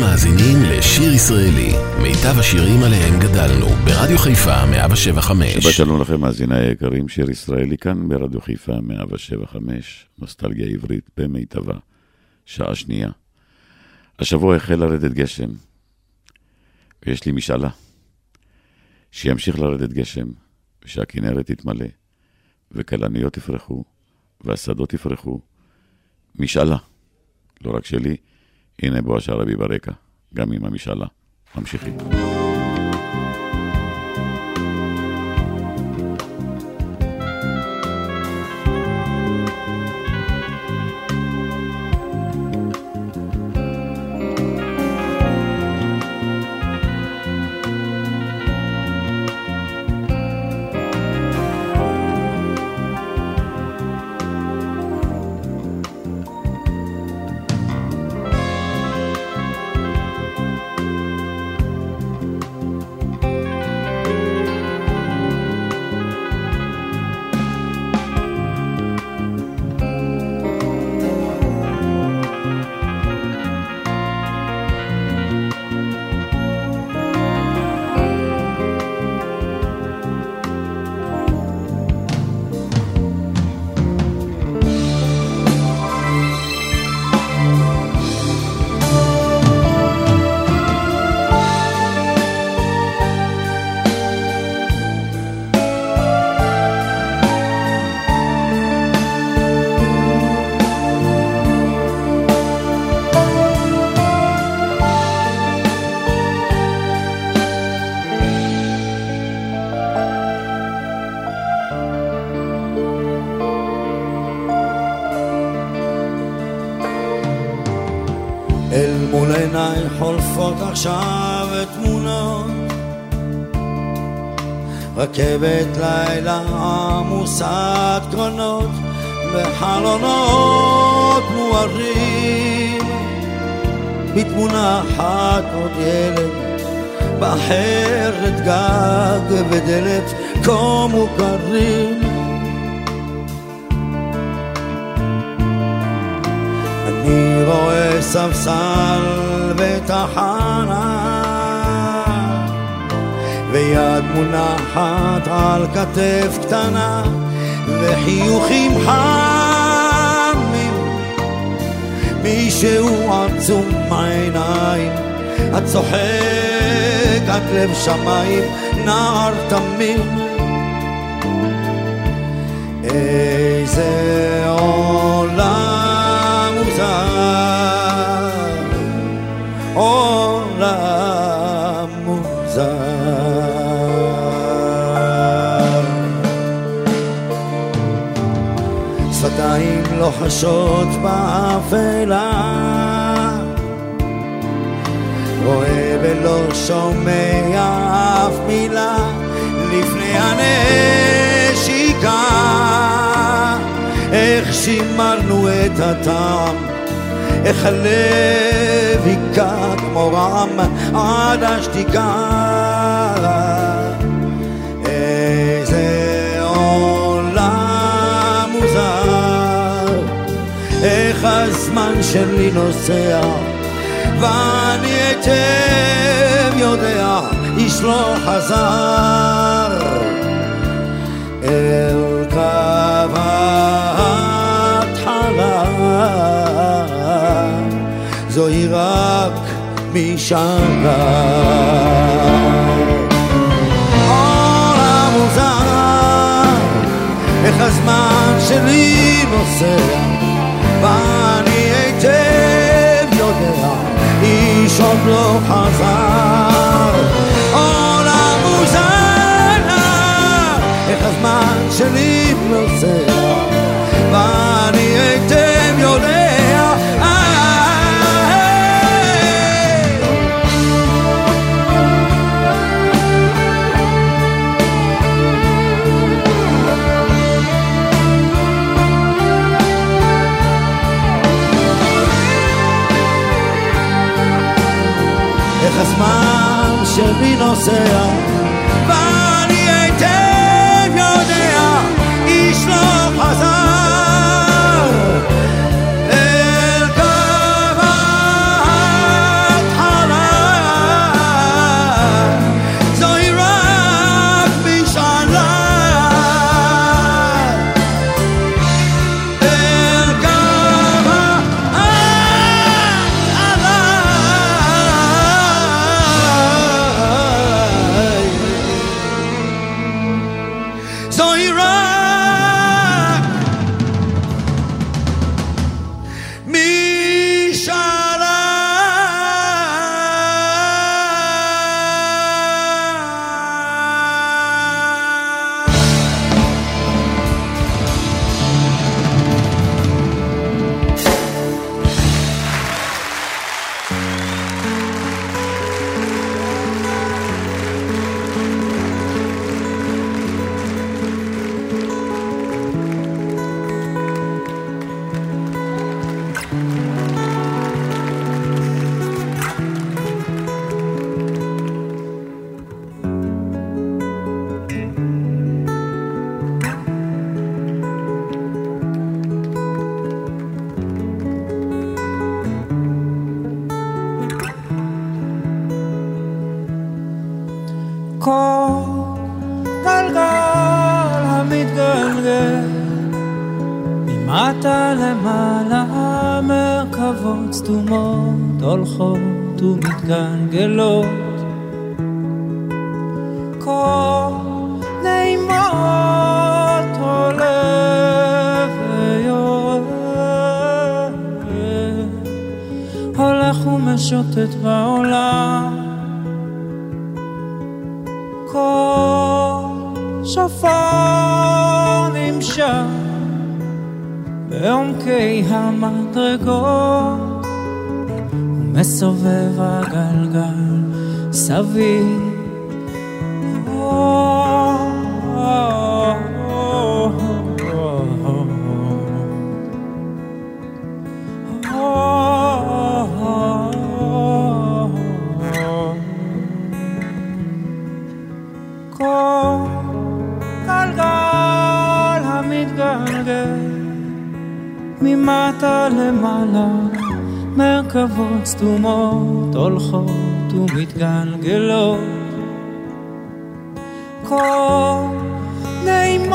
מאזינים לשיר ישראלי, מיטב השירים עליהם גדלנו, ברדיו חיפה 107.5. שבת שלום לכם מאזיני היקרים, שיר ישראלי כאן ברדיו חיפה 107.5, נוסטלגיה עברית במיטבה, שעה שנייה. השבוע החל לרדת גשם, ויש לי משאלה, שימשיך לרדת גשם, ושהכנרת תתמלא, וכלניות יפרחו, והשדות יפרחו. משאלה, לא רק שלי, הנה בועז שרעבי ברקע, גם עם המשאלה. ממשיכים. חולפות עכשיו תמונות, רכבת לילה עמוסת קרונות, בחלונות מוארים, בתמונה אחת עוד ילד, בחרת גג ודלת כה מוכרים. אני רואה ספסל בתחנה, ויד מונחת על כתף קטנה, וחיוכים חמים, מישהו עצום עיניים, הצוחק עד לב שמיים, נער תמים. איזה עולם מוזר, עולם מוזר. שפתיים לוחשות באפלה, רואה ולא שומע אף מילה, לפני הנשיקה איך שימרנו את הטעם, איך הלב היכה כמו רעם עד השתיקה. איזה עולם מוזר, איך הזמן שלי נוסע, ואני היטב יודע איש לא חזר אל קו ההתחלה, זוהי רק משאלה. עולם מוזר, איך הזמן שלי נוסע, ואני היטב יודע איש עוד לא חזר. עולם מוזר, איך הזמן שלי נוסע, ואני היטב יודע. איך הזמן שלי נוסע, ואני היטב יודע איש לא חזר אל קו ההתחלה, כל גלגל המתגלגל ממטה למעלה מרכבות סתומות הולכות ומתגלגלות כל נעימות עולה ויורד הולך ומשוטט בעולם כל שופר נמשך בעומקי המדרגות ומסובב הגלגל סביב ממטה למעלה מרכבות סתומות הולכות ומתגלגלות כל נעימות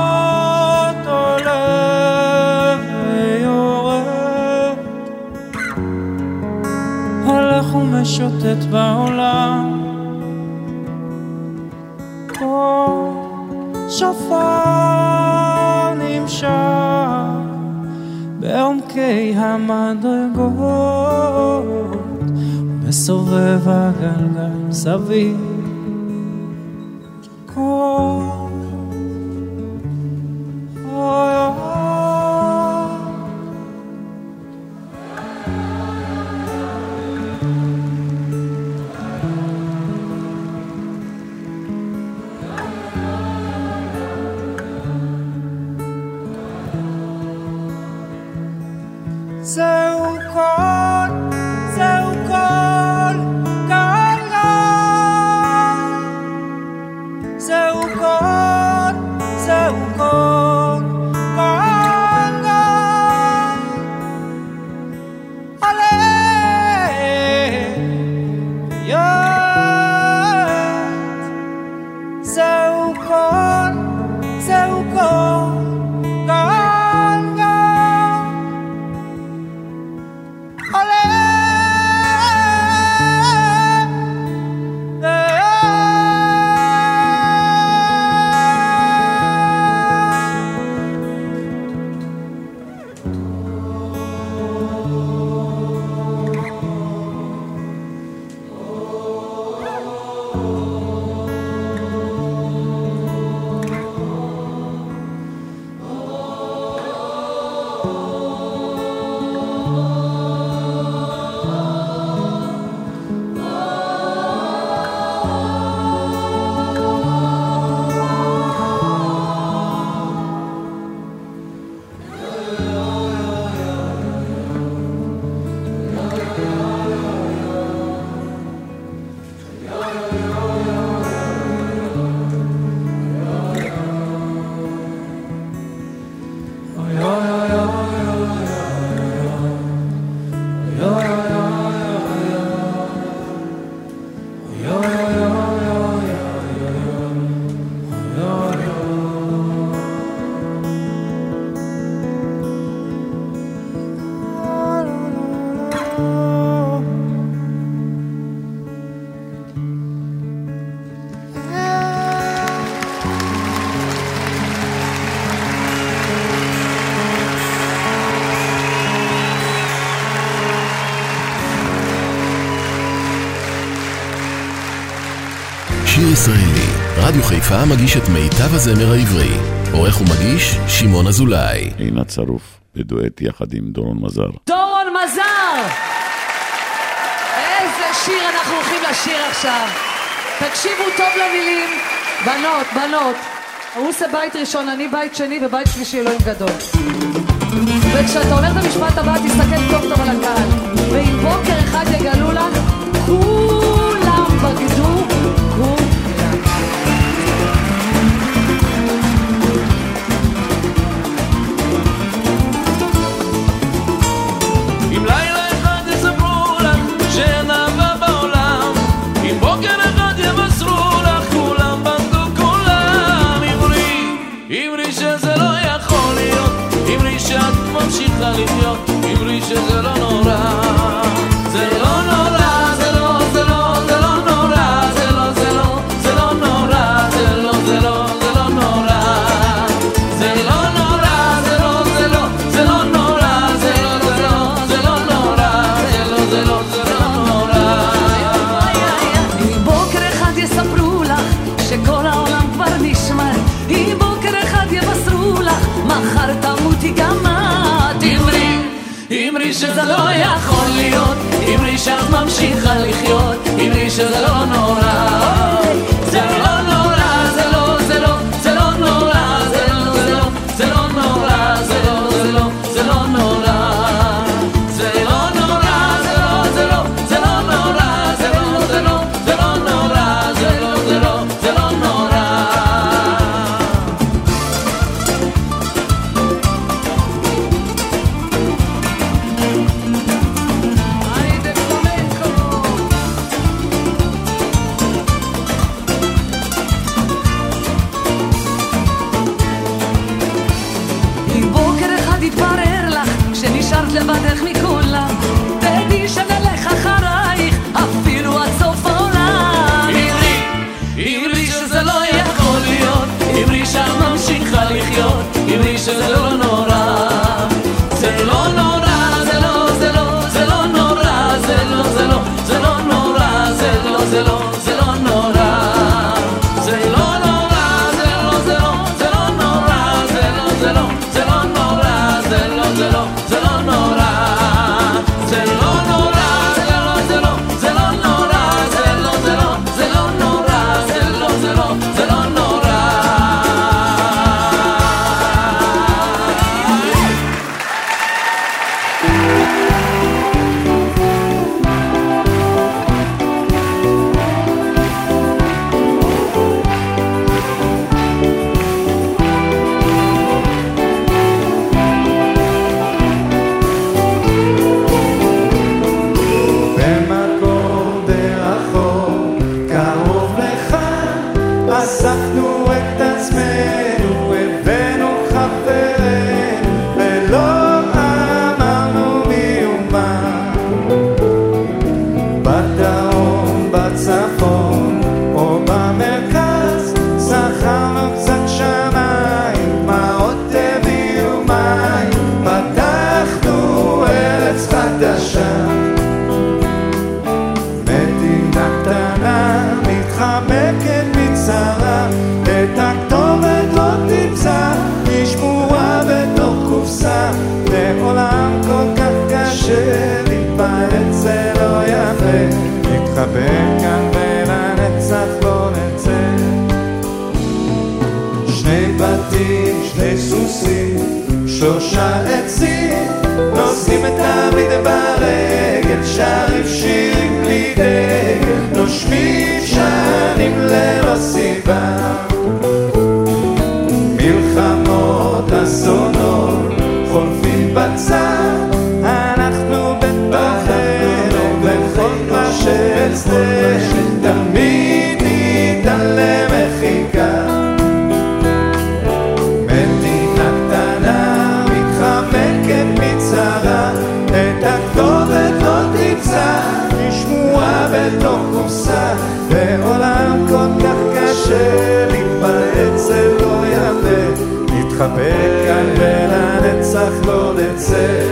עולה ויורד הולך ומשוטט בעולם כל שופר נמשך בעומקי המדרגות מסובב הגלגל סביב כל זהו כל גלגל זהו כל גלגל עלה יד זהו כל שיר ישראלי, רדיו חיפה מגיש את מיטב הזמר העברי. עורך ומגיש שמעון אזולאי. עינת צרוף בדואט יחד עם דורון מזר. דורון מזר! איזה שיר אנחנו הולכים לשיר עכשיו. תקשיבו טוב למילים. בנות, הוא עושה בית ראשון, אני בית שני ובית שלישי אלוהים גדול. וכשאתה אומר את המשפט הבא תסתכל טוב על הקהל. ואם בוקר אחד יגלו לך, כולם בגדו, כולם. אם לילה אחד יספרו לך שאין אהבה בעולם, אם בוקר אחד יבשרו לך ממשיכה לחיות, אמרי שזה לא נורא. זה לא נורא, זה לא, זה לא, זה לא נורא, זה לא, זה לא, זה לא נורא, זה לא, זה לא, זה לא נורא. זה לא נורא, זה לא, זה לא, זה לא נורא, זה לא, זה לא, זה לא נורא, זה לא, זה לא, זה לא נורא. לבדך מכולם, תדעי שנלך אחרייך אפילו עד סוף העולם. אמרי שזה לא יכול להיות, אמרי שממשיכה לחיות, אמרי שזה לא נורא. זה לא נורא, זה לא, זה לא, זה לא נורא, זה לא, זה לא, זה לא נורא, זה לא, זה לא, זה לא נורא. זה לא נורא, זה לא, זה לא, זה לא נורא, זה לא, זה לא, זה לא נורא, זה לא, זה לא, זה לא נורא. זה לא נורא, זה לא, זה לא, זה לא נורא, זה לא, זה לא, זה לא נורא, זה לא, זה לא, זה לא נורא. אספנו את עצמנו, הבאנו חברנו, ולא אמרנו מיומן. בדרום, בצפון או במרכז, שכרנו קצת שמיים, מה עוד תביאו מים, פתחנו ארץ חדשה. מדינה קטנה מתחמקת מצרה, את הכתובת לא תמצא, נשמורה בתוך קופסה. לעולם כל כך קשה להתפעט, זה לא יפה, נתחבא כאן ולנצח לא נצא. שני בתים, שני סוסים, 3 עצים, נושאים את המדבר ברגל, שרים שירים בלי דגל, נושמים שנים ללא סיבה. מלחמות, אסונות, חולפים בצד, אנחנו בתוכנו, וכל מה שאצלך תמיד ניתן למחיקה. מדינה קטנה מתחמקת מצרה, את הכתובת לא תמצא, נשמורה בתוך קופסה. בעולם כל כך קשה להתפעט, זה לא יפה, נתחבא כאן ולנצח לא נצא.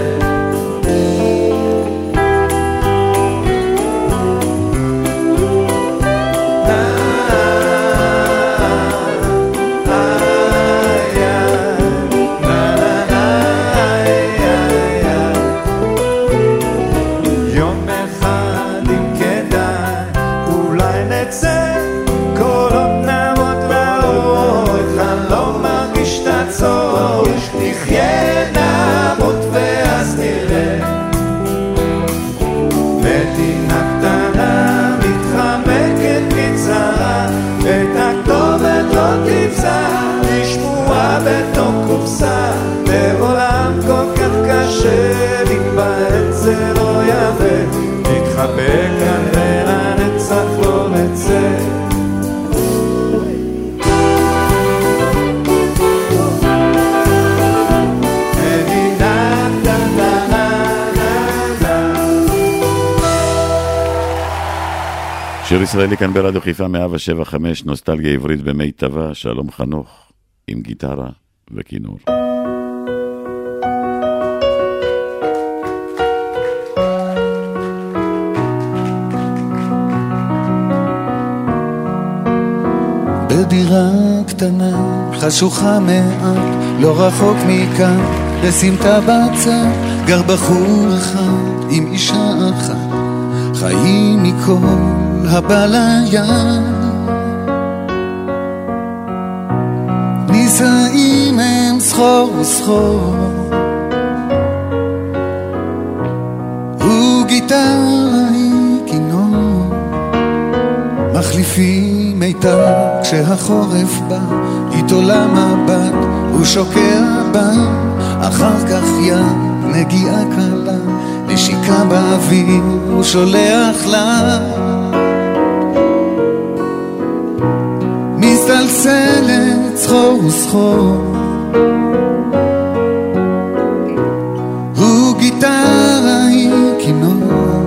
בתוך קופסה, בעולם כל כך קשה להתפעט, זה לא יפה, נתחבא כאן ולנצח לא נצא. מדינה שיר ישראלי כאן ברדיו חיפה 107.5, נוסטלגיה עברית במיטבה. שלום חנוך עם גיטרה וכינור. בדירה קטנה, חשוכה מעט, לא רחוק מכאן, בסמטה בצד, גר בחור אחד עם אישה אחת. חיים מכל הבליה, נישאים הם סחור וסחור, וגיטרה היא כינור, מחליפים מיתר כשהחורף בא, איתו למבט הוא שוקע בה, אחר כך יד נגיעה קלה, נשיקה באוויר הוא שולח לה, מסתלסלת סחור וסחור, הוא גיטרה היא כינור,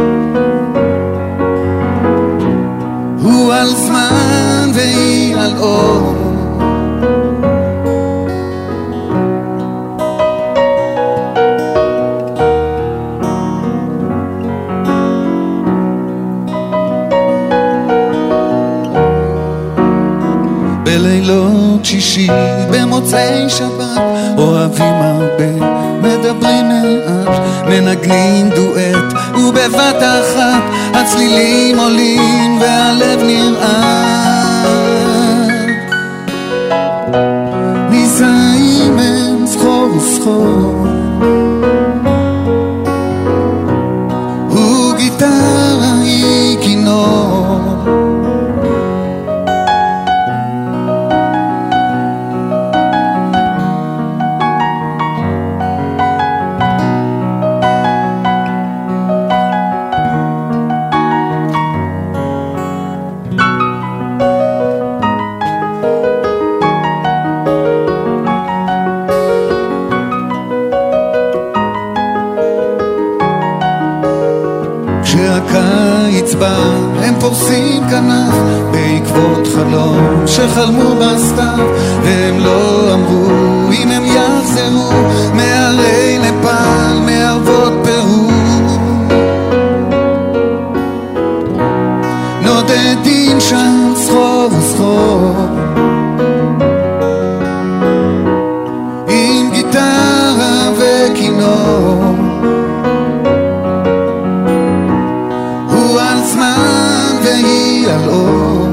הוא על זמן והיא על אור, בלילות שישי במוצאי שבת אוהבים הרבה, מדברים מעט, מנגנים דואט, ובבת אחת הצלילים עולים והלב נרעד, נישאים הם סחור וסחור, וגיטרה היא כינור, כשהקיץ בא הם פורסים כנף בעקבות חלום שחלמו בסתיו, והם לא אמרו אם הם יחזרו מערי נפאל מערבות פרו, נודדים שם סחור וסחור עם גיטרה וכינור, זמן והיא על אור,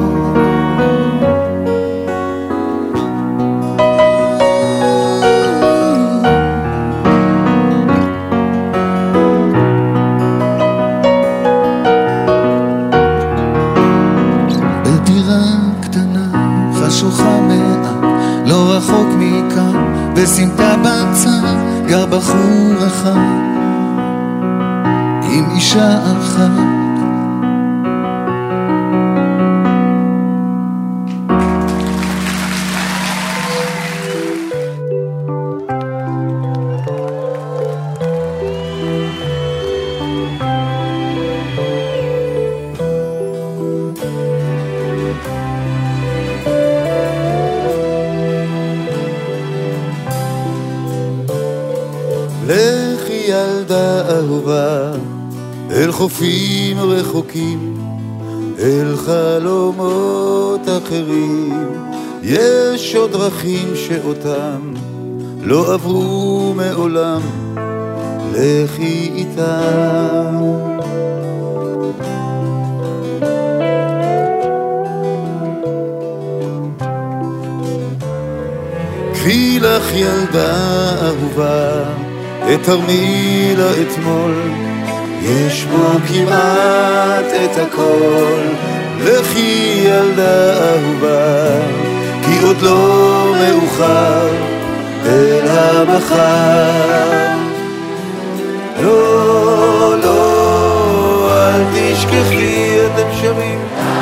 בדירה קטנה חשוכה מעט לא רחוק מכאן, בסמטה בצד גר בחור אחד עם אישה אחת, לכי ילדה אהובה אל חופים רחוקים, אל חלומות אחרים, יש עוד דרכים שאותם לא עברו מעולם, לכי איתם. קחי לך ילדה אהובה את תרמילה אתמול, יש בו כמעט את הכל, לכי ילדה אהובה, כי עוד לא מאוחר אל המחר. לא, לא, אל תשכחי, אתם שרים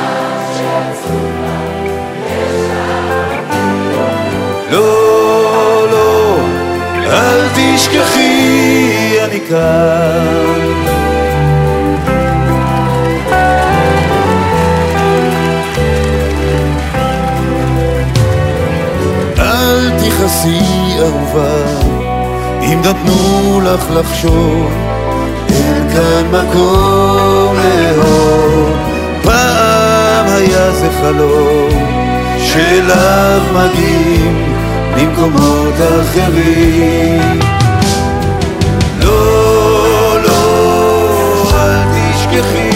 לא, לא, אל תשכחי, אני כאן. אל תכעסי אהובה, אם נתנו לך לחשוב, אין כאן מקום לאהוב. פעם היה זה חלום שאליו מגיעים ממקומות אחרים. לא, לא, אל תשכחי,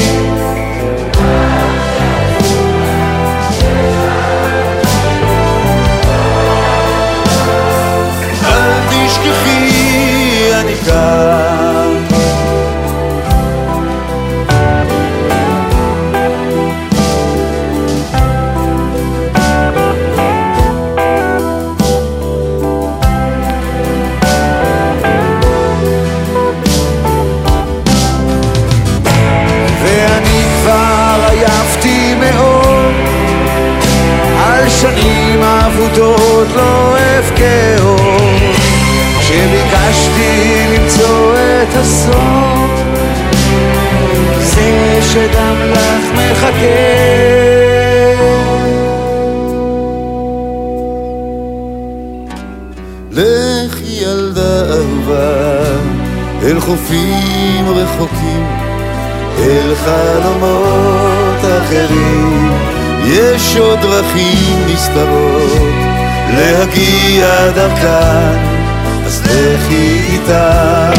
לכי ילדה אהובה אל חופים רחוקים, אל חלומות אחרים. יש עוד דרכים נסתרות להגיע דרכן, אז לכי איתן.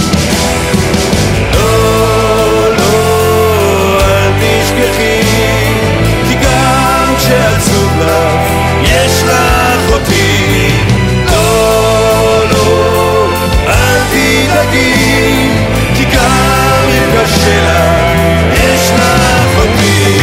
לא, לא, אל תשכחי, כי גם כשעצוב לך יש לך אותי. לא, לא, אל תדאגי, כי גם אם קשה לך יש לך אותי.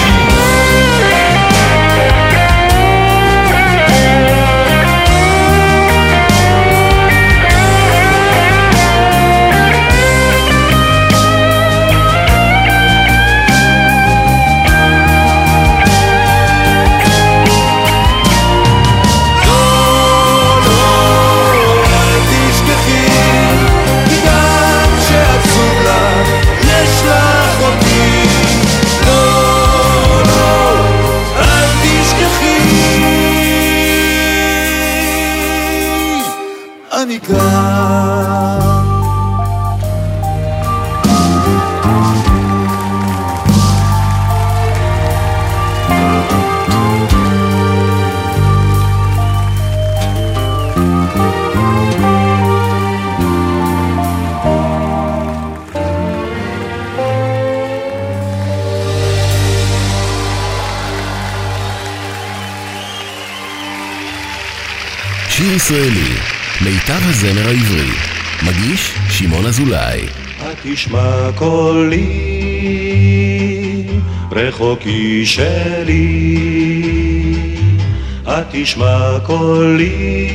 אני כאן. שיר ישראלי, מיטב הזמר העברי, מגיש שמעון אזולאי. התשמע קולי, רחוקי שלי, התשמע קולי,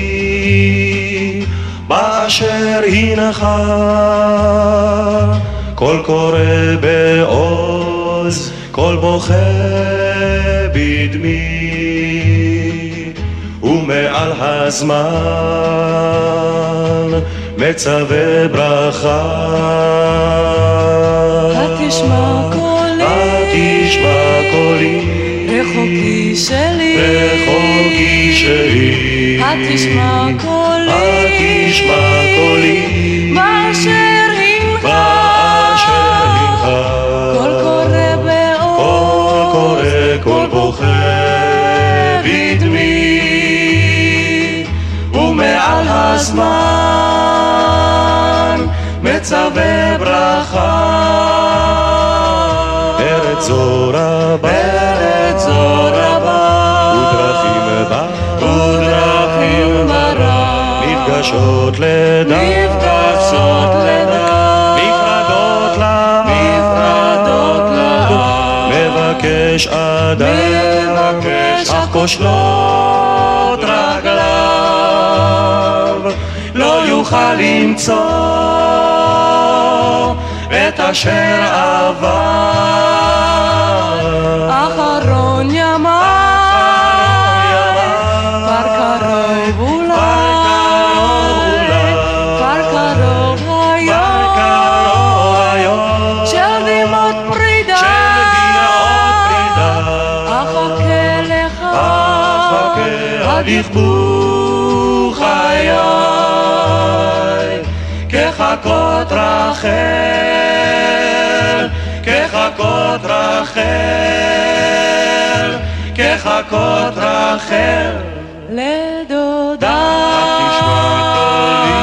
באשר הנך, קול קורא בעוז, קול בוכה בדמי, ומעל הזמן מצווה ברכה. התשמע קולי, התשמע קולי, רחוקי שלי, רחוקי שלי, התשמע קולי, התשמע קולי, באשר הנך, קול קורא בעוז, קול קורא, קול בוכה בדמי, ומעל הזמן מצווה ברכה. ארץ זו רבה, ארץ זו רבה, ודרכים בה, ודרכים ברא, נפגשות לידה, נפגשות לידה, נפרדות לה, נפרדות לה, מבקש אדם, מבקש אך כושלות רגליו, לא יוכל למצוא את אשר עבר. אחרון ימיי, כבר קרוב אולי, כבר קרוב היום, של דמעות פרידה, אחכה לך, עד יכבו חיי, כחכות רחל, כחכות רחל, כחכות רחל, לדודה. התשמע קולי,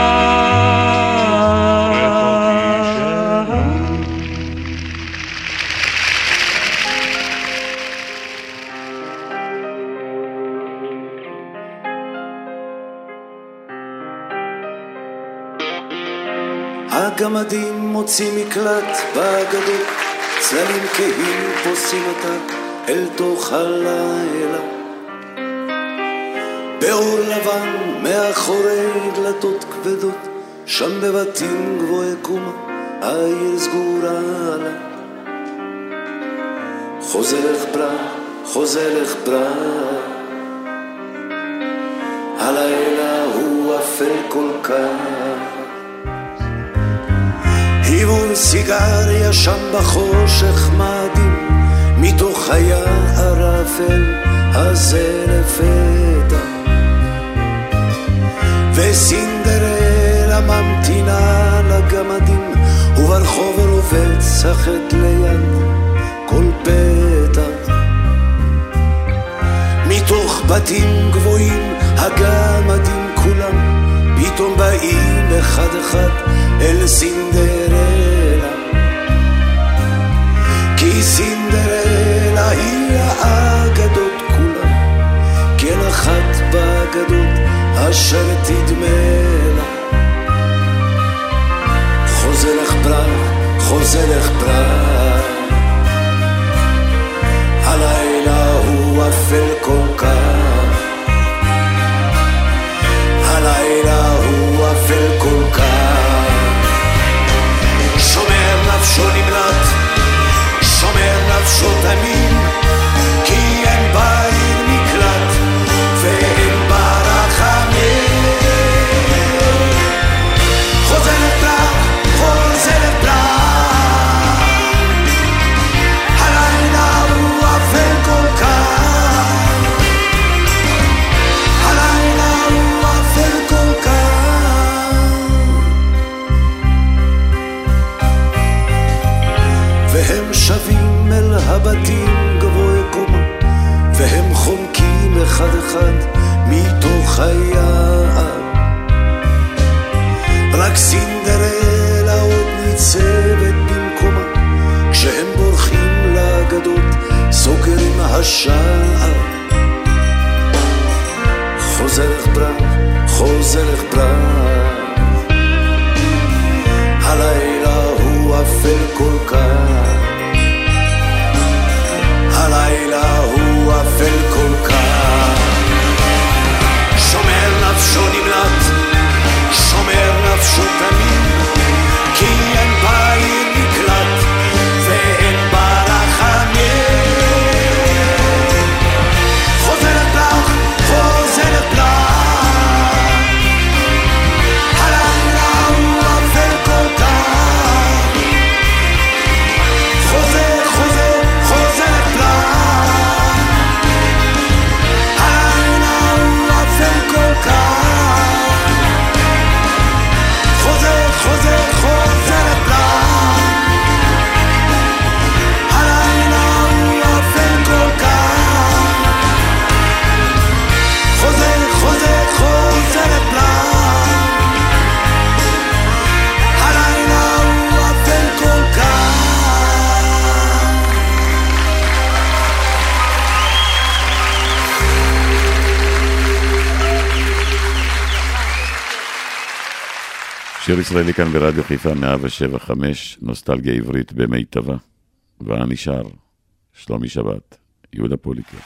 הגמדים מוצאים מקלט באגדות, צללים כהים פוסעים אותה אל תוך הלילה. באור לבן מאחורי דלתות כבדות, שם בבתים גבוהי קומה העיר סגורה לה. חוזה לך פרח, חוזה לך פרח, הלילה הוא אפל כל כך. היוון סיגריה שם בחושך מאדים, חובר ובצחת ליד כל פתח, מתוך בתים גבוהים הגמדים כולם פתאום באים אחד אחד אל סינדרלה, כי סינדרלה היא האגדות כולם, כן אחת באגדות אשר תדמה לה. חוזה לך פרח, חוזה לך פרח, הלילה הוא אפל כל כך, הלילה הוא אפל כל כך. שומר נפשו נמלט, שומר נפשו תמיד, כי אין בעיר מקלט ואין ברחמים. חוזרת פרח, חוזרת פרח, הלילה הוא אפל כל כך, הלילה הוא אפל כל כך. והם שבים אל הבתים גבוהי קומה, והם חומקים אחד אחד מתוך היער, רק סינדרלה עוד ניצבת במקומה, כשהם בורחים לאגדות סוגרים השער. חוזר לך פרח, חוזר לך פרח, הלילה הוא אפל כל כך, הלילה הוא אפל כל כך. שומר נפשו נמלט, שומר נפשו תמיד, כי אין בעיר מקלט ואין ברחמים. חוזרת פרח, חוזרת פרח, הלילה הוא אפל כל כך. חוזר, חוזר, חוזרת פרח, הלילה הוא אפל כל כך. חוזר, חוזר, חוזרת פרח, הלילה הוא אפל כל כך. חוזר, חוזר, חוזרת פרח, הלילה הוא אפל כל כך. שיר ישראלי כאן ברדיו חיפה 107.5, נוסטלגיה עברית במיטבה. והנשאר, שלומי שבת, יהודה פוליקר.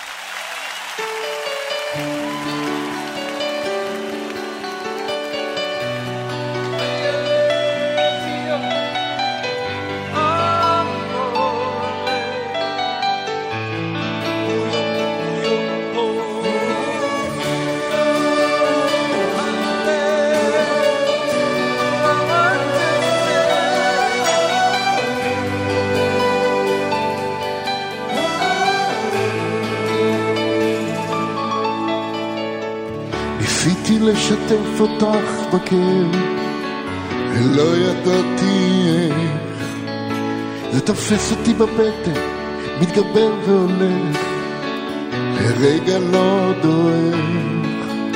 ניסיתי לשתף אותך בכאב, ולא ידעתי איך. זה תופס אותי בבטן, מתגבר והולך, לרגע לא דואך.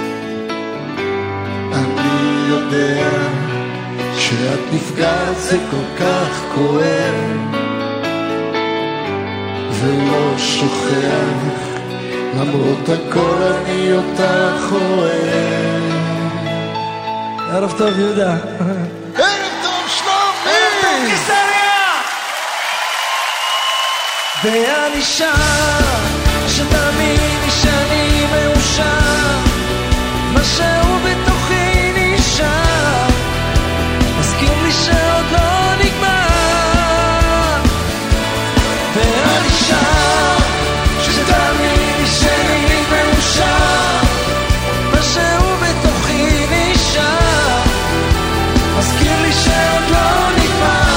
אני יודע שאת נפגעת זה כל כך כואב, ולא שוכח, למרות הכל אני אותך אוהב. ערב טוב יהודה. ערב טוב שלומי. ערב טוב קיסריה. ואני שם, שתאמיני שאני מאושר, משהו בתוכי נשאר, מזכיר לי שעוד לא נגמר. ואני שם, שתאמיני שאני מאושר, משהו בתוכי נשאר, מזכיר לי שעוד לא נגמר.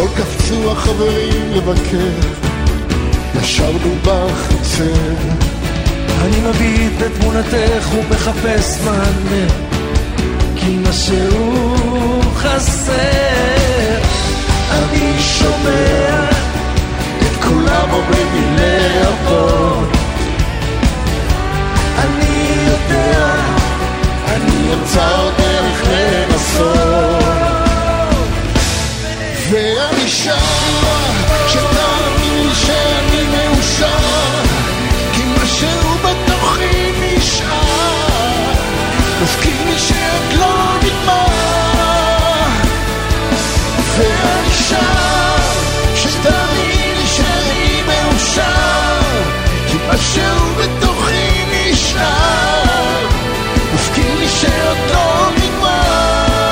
אתמול קפצו החברים לבקר, ישבנו בחצר. אני מביט בתמונתך ומחפש מענה, כי משהו חסר. אני שומע את כולם אומרים לי להרפות, אני יודע, אני אמצא עוד דרך לנסות. ואני שם שתאמין שאני מאושר, כי משהו בתוכי נשאר, מזכיר לי שעוד לא נגמר. ואני שם שתאמין שאני מאושר, כי משהו בתוכי נשאר, מזכיר לי שעוד לא נגמר.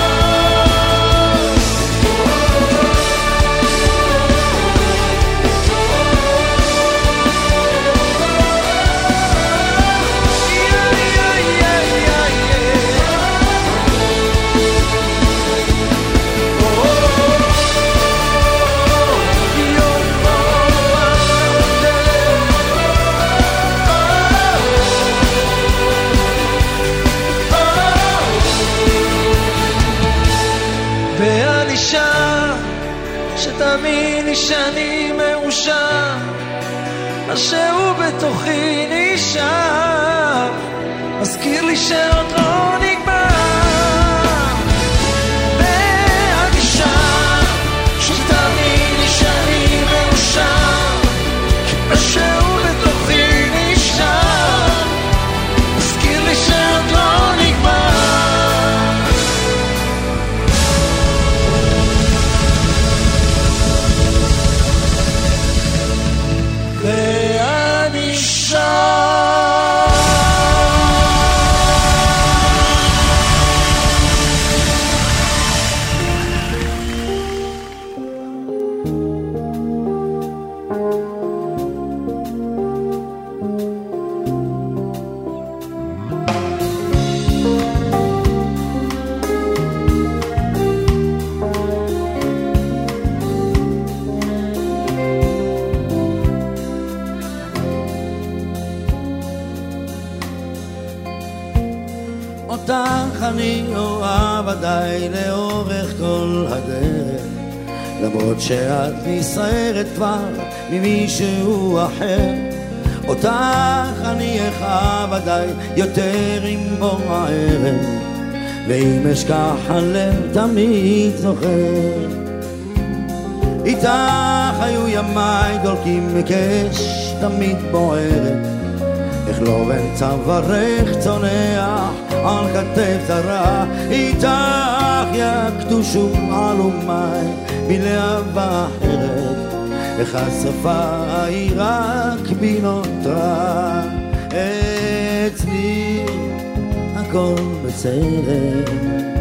שתאמיני שאני מאושר, משהו בתוכי נשאר, מזכיר לי שעוד לא נגמר. ואני שם שתאמיני שאני מאושר, משהו בתוכי נשאר, מזכיר לי שעוד לא נגמר. ואני אותך אני אוהב ודאי לאורך כל הדרך, למרות שאת נסערת כבר ממישהו אחר. אותך אני אחב ודאי יותר עם בוא הערב, ואם אשכח הלב תמיד זוכר. איתך היו ימיי דולקים מקש תמיד בוערת, איך לא בן צווארך צונח על כתף זרה. איתך יקדושו עלומי בלהבה אחרת, איך השפה היא רק בי נותרה. אצלי הכל בסדר,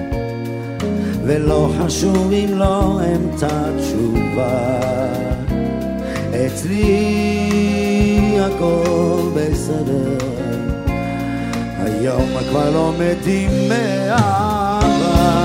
ולא חשוב אם לא אמצא תשובה. אצלי הכל בסדר, היום כבר לא מתים מאהבה.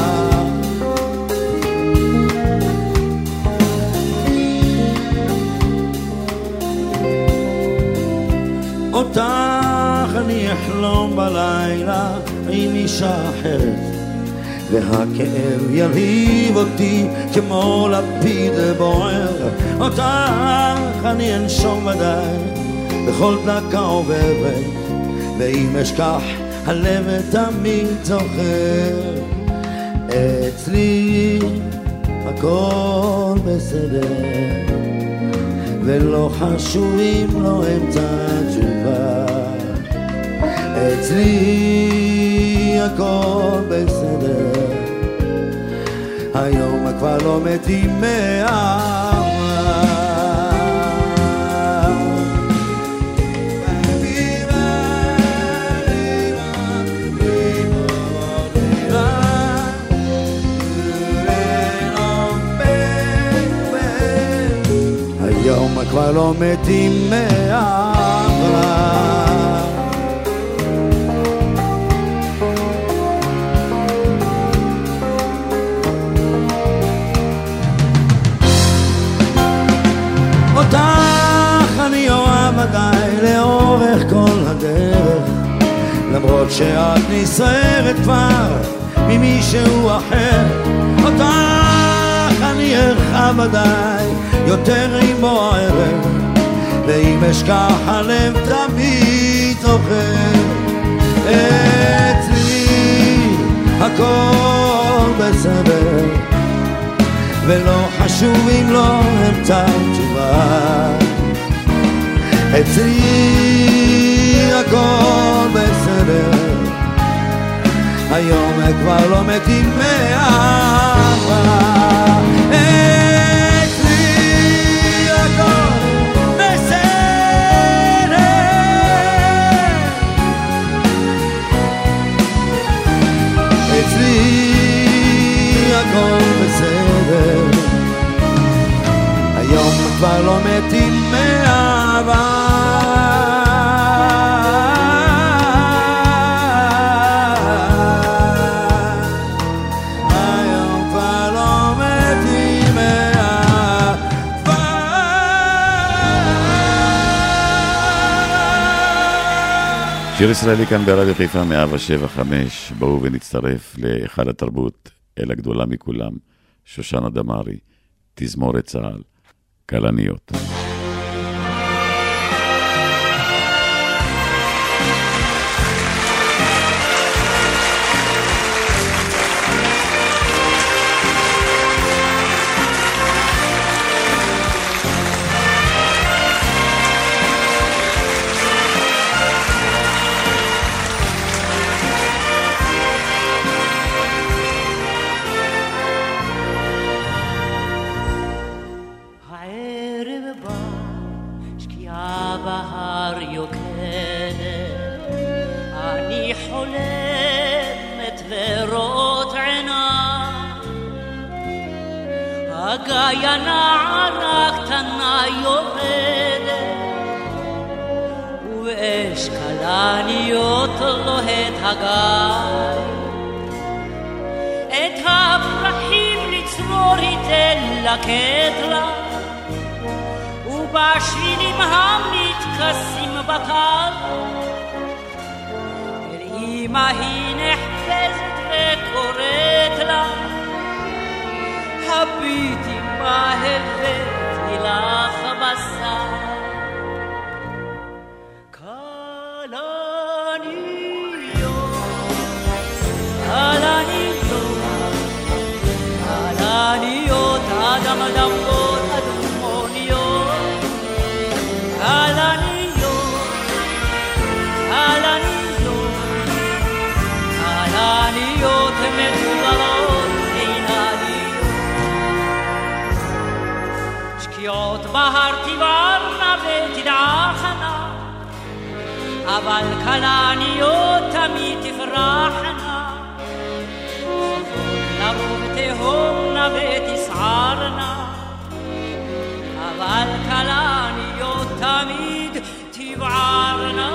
אותך אני אחלום בלילה עם אישה אחרת, והכאב ילהיב אותי כמו לפיד בוער. אותך אני אנשום ודאי בכל דקה עוברת, ואם אשכח הלב תמיד זוכר. אצלי הכל בסדר, ולא חשוב אם לא אמצא תשובה. אצלי הכל בסדר, היום כבר לא מתים מאהבה. היום כבר לא מתים מאהבה. כשאת נסערת כבר ממישהו אחר, אותך אני ארחב ודאי יותר עם בוא הערב, ואם אשכח הלב תמיד זוכר. אצלי הכל בסדר, ולא חשוב אם לא אמצא תשובה. אצלי הכל בסדר, היום כבר לא מתים מאהבה. אצלי הכל בסדר, אצלי הכל בסדר, היום כבר לא מתים מאהבה. שיר ישראלי כאן ברדיו חיפה 107.5. בואו ונצטרף לאחד התרבות, אל הגדולה מכולם, שושנה דמארי, תזמורת צהל, כלניות. גאיה נערה קטנה יורדת, ובאש כלניות לוהט הגיא, את הפרחים לצרור היתן לקט לה, ובשבילים המתכסים בטל, אל אמא היא נחפזת וקוראת לה, הביטי מה הבאתי לך בשר. כלניות, אדם אדמות אדמוניות, כלניות מצוללות עינניות, שקיעות בהר תיברנה ותדעכנה, אבל כלניות תמיד תפרחנה, לרוב תהומנה ותסערנה, אבל כלניות תמיד תבערנה.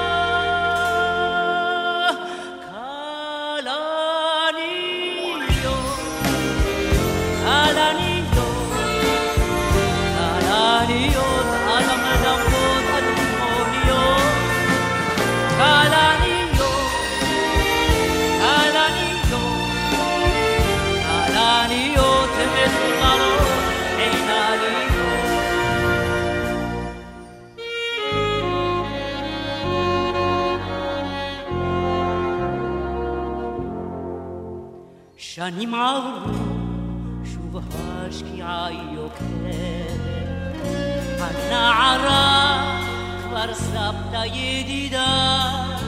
שנים עברו, שוב השקיעה יוקדת, הנערה כבר סבתא ידידה,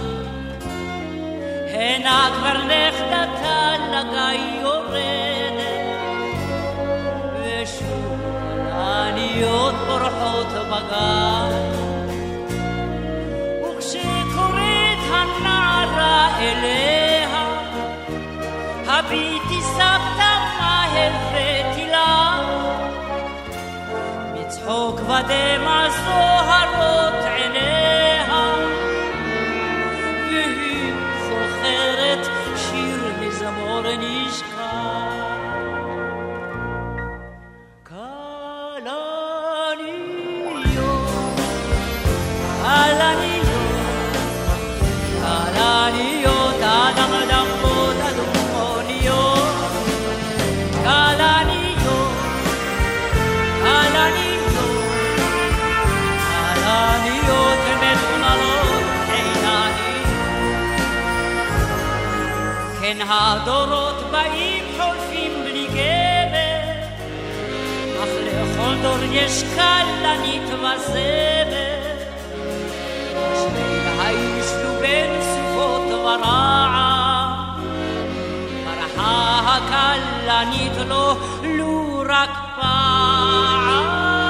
הנה כבר נכדתה לגיא יורדת, ושוב כלניות פורחות בגן, וכשקוראת הנערה אליה, הביטי סבתא מה הבאתי לה, מצחוק ודמע זוהרות עיניה, והיא זוכרת שיר מזמור נשכח. כלניות, כלניות כן הדורות באים חולפים בלי גבר, אך לכל דור יש כלנית וזמר, שניהם היו בין סופות ורעם, ברחה הכלנית לו רק פעם.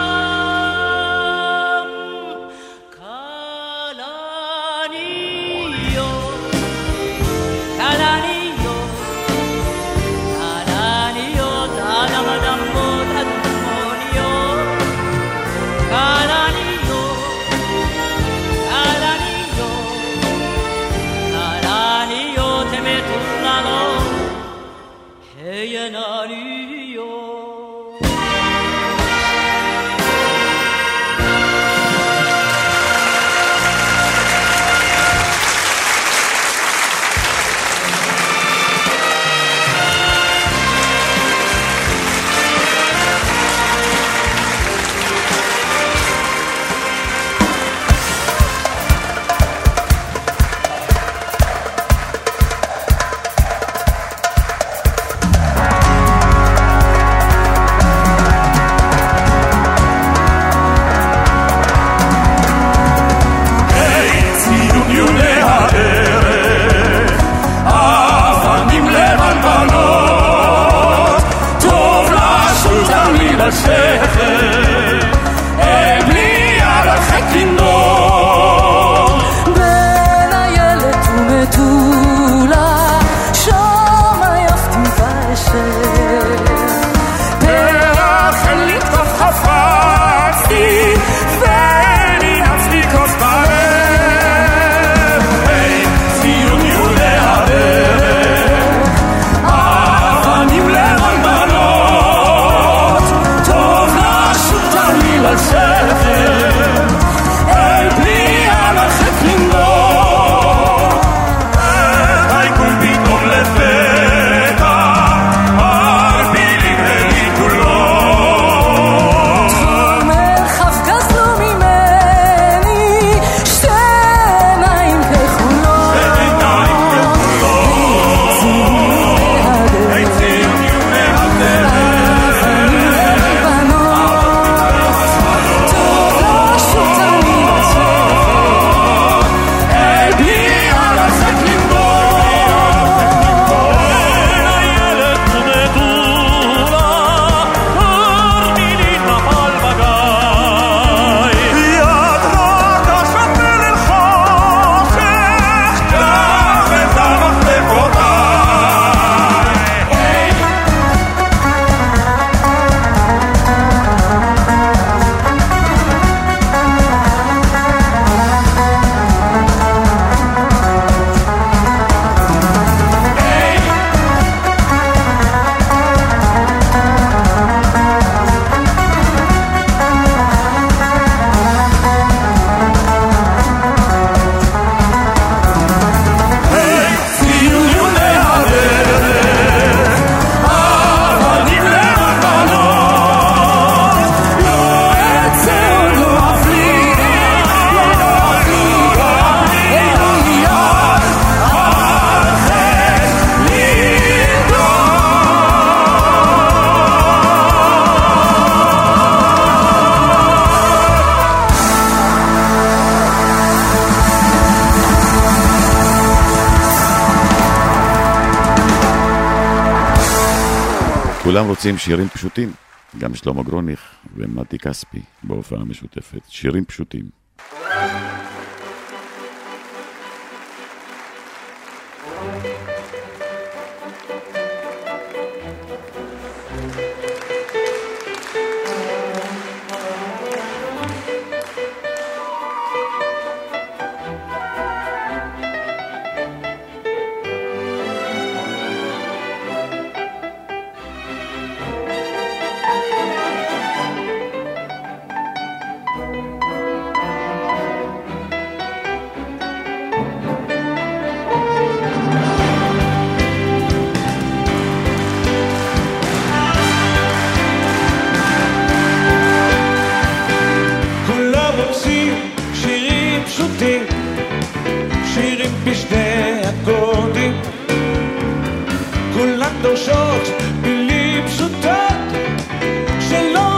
כולם רוצים שירים פשוטים, גם שלמה גרוניך ומתי כספי בהופעה משותפת, שירים פשוטים.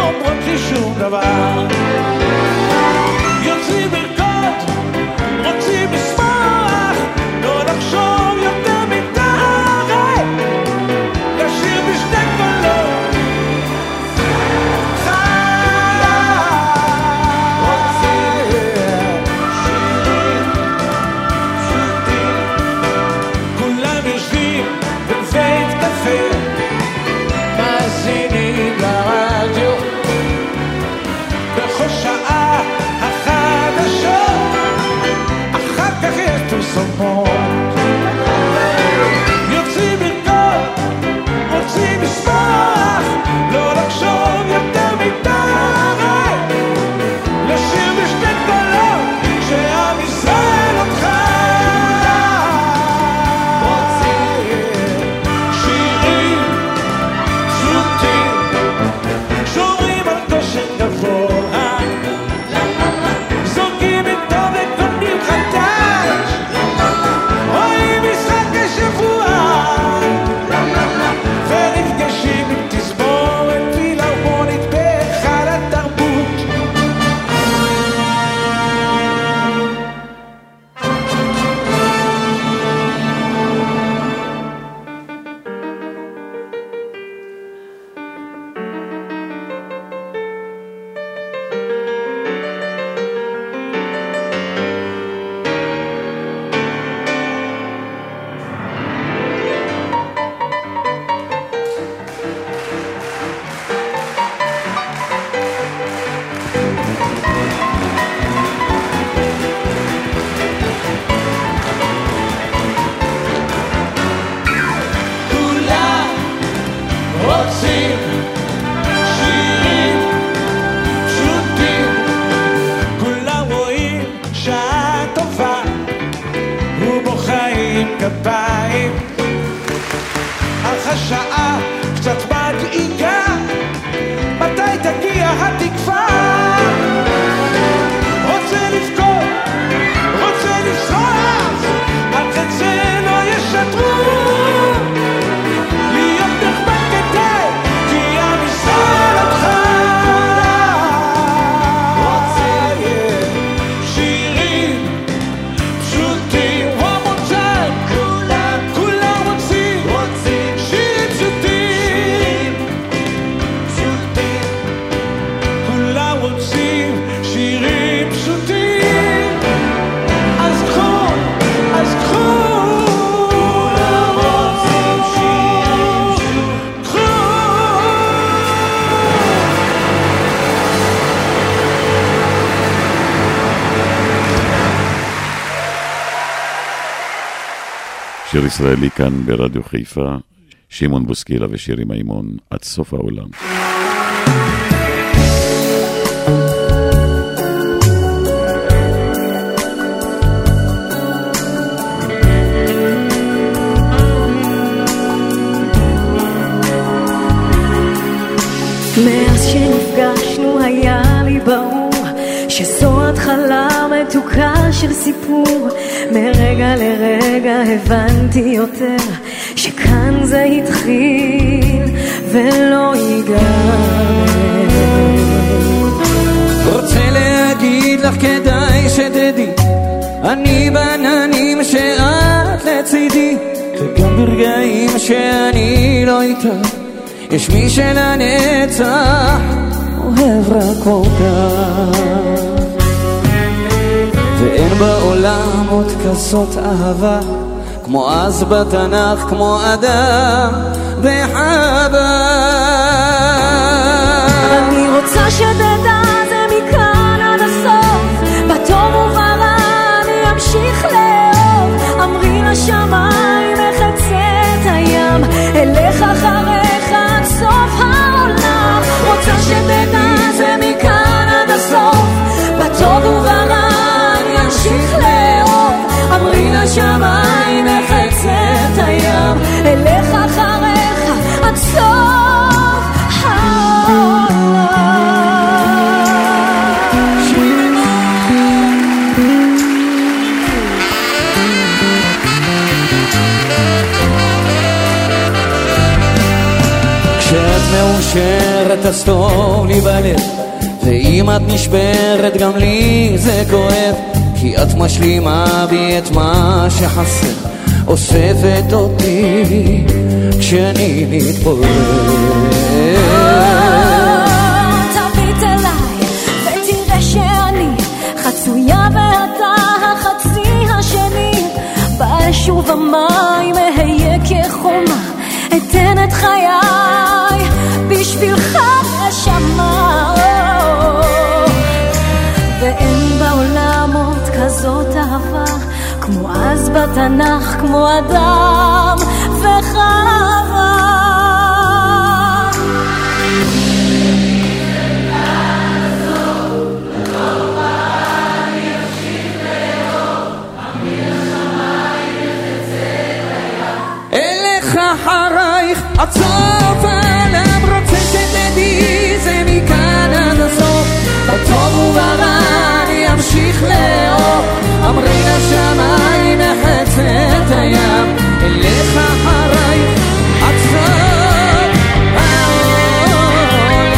אומרות לי שום דבר. יוצאים לרקוד, רוצים לשמוח, לא לחשוב יותר מדי, לשיר בשתי קולות. מאזינים לרדיו בכל שעה החדשות, אחר כך יש פרסומות. יוצאים לרקוד, רוצים לשמוח, לא לחשוב יותר מדי, לשיר בשתי קולות שעם ישראל אותך. שיר ישראלי כאן ברדיו חיפה, שמעון בוסקילה ושירי מימון, עד סוף העולם. מאז שנפגשנו היה לי ברור שזו התחלה מתוקה של סיפור. מרגע לרגע הבנתי יותר שכאן זה התחיל ולא ייגמר. רוצה להגיד לך כדאי שתדעי, אני בעננים שאת לצידי, וגם ברגעים שאני לא איתך יש מי שלנצח אוהב רק אותך. ואין בעולם עוד כזאת אהבה כמו אז בתנ"ך, כמו אדם וחווה. אני רוצה שתדע זה מכאן עד הסוף, בטוב וברע אני אמשיך לאהוב. אמרי לשמיים מחצה את הים, אלך אחריך עד סוף העולם. רוצה שתדע זה מכאן עד הסוף, בטוב וברע אני אמשיך לאהוב. אמרי לשמיים מחצה את הים, אלך אחריך עד סוף העולם. אז טוב לי בלב, ואם את נשברת גם לי זה כואב, כי את משלימה בי את מה שחסר, אוספת אותי כשאני מתפורר. תביט אליי ותראה שאני חצויה ואתה החצי השני, באש ובמים אהיה כחומה, אתן את חיי בשבילך נשמה. ואין בעולם עוד כזאת אהבה, כמו אז בתנ"ך, כמו אדם וחווה. אלך אחרייך עד סוף העולם, רוצה שתדעי זה מכאן עד הסוף, בטוב וברע אני אמשיך לאור, אמרי לשמיים נחצת הים, אלך אחרייך עד סוף העולם.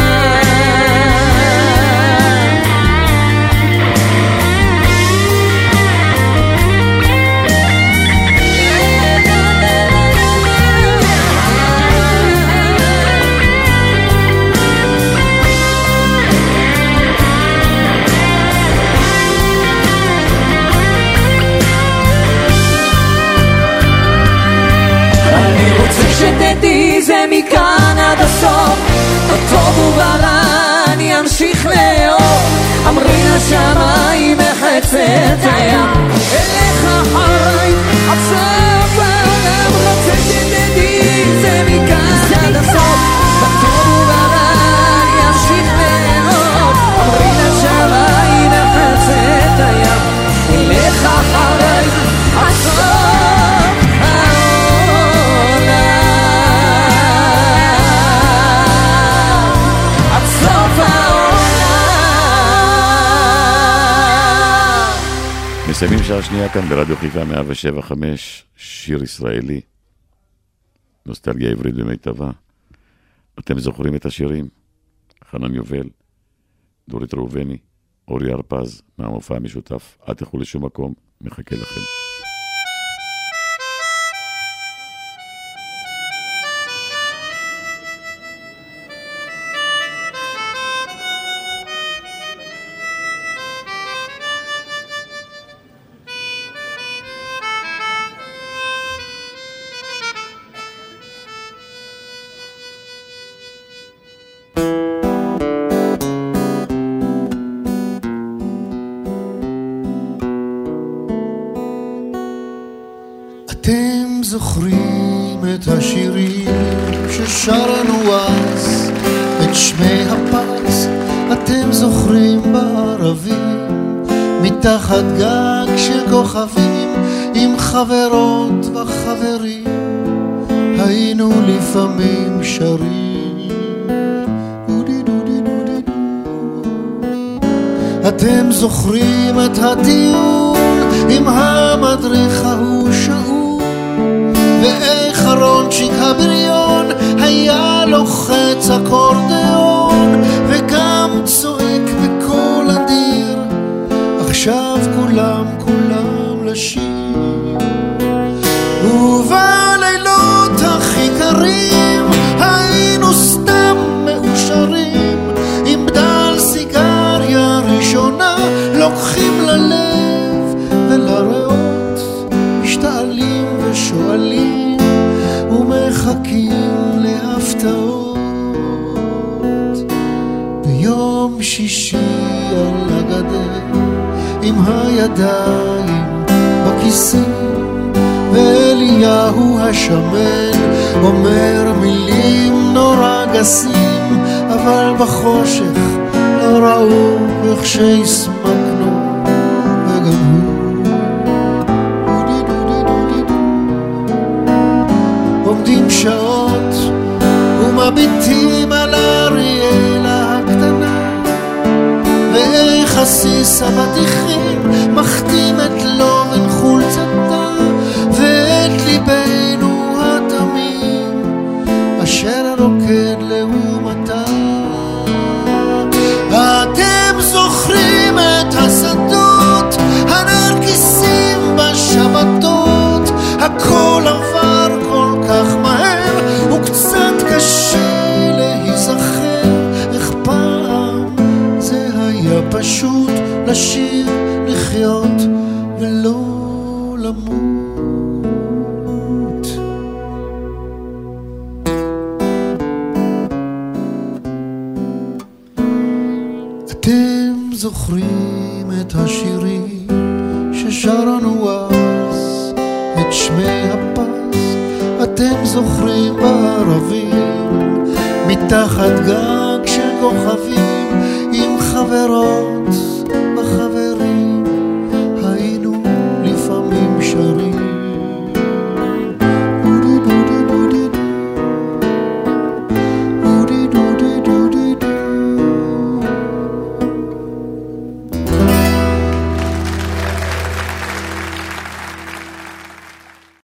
שתדעי זה מכאן עד הסוף, בטוב וברע אני אמשיך לאור, אמרי לשמיים מחצת הים, אלך אחריי עד סוף העולם. רוצה שתדעי זה מכאן עד הסוף, בטוב וברע אני אמשיך לאור, אמרי לשמיים מחצת הים, אלך אחריי עד סוף. מסיימים שעה שנייה כאן ברדיו חיפה 107.5, שיר ישראלי, נוסטלגיה עברית במיטבה. אתם זוכרים את השירים? חנן יובל, דורית ראובני, אורי הרפז, מהמופע המשותף. אל תלכו לשום מקום, מחכה לכם. אתם זוכרים את השירים ששרנו אז, את שמי הפרס אתם זוכרים בערבים, מתחת גג של כוכבים עם חברות וחברים, היינו לפעמים שרים. אתם זוכרים את הטיול עם המדריך ההוא שאול, ואיך הרונצ'יק הבריון היה לוחץ אקורדיון וגם צועק בקול אדיר, עכשיו כולם לשיר. ובלילות הכי קרים היינו סתם מאושרים, עם בדל סיגריה ראשונה לוקחים ללב ולריאות, משתעלים ושואלים ומחכים להפתעות. ביום שישי על הגדר עם הידיים בכיסים, ואליהו השמן אומר מילים נורא גסים, אבל בחושך לא ראו איך שהסמקנו וגם הוא. עומדים שעות ומביטים על אריאלה הקטנה, ואיך עסיס הבטיחים מחתים את לובן חולצתה, ואת ליבנו התמים אשר רוקד לעומתה. פשוט לשיר, לחיות ולא למות. אתם זוכרים את השירים ששרנו אז, את שמי הפס? אתם זוכרים בערבים מתחת גג של כוכבים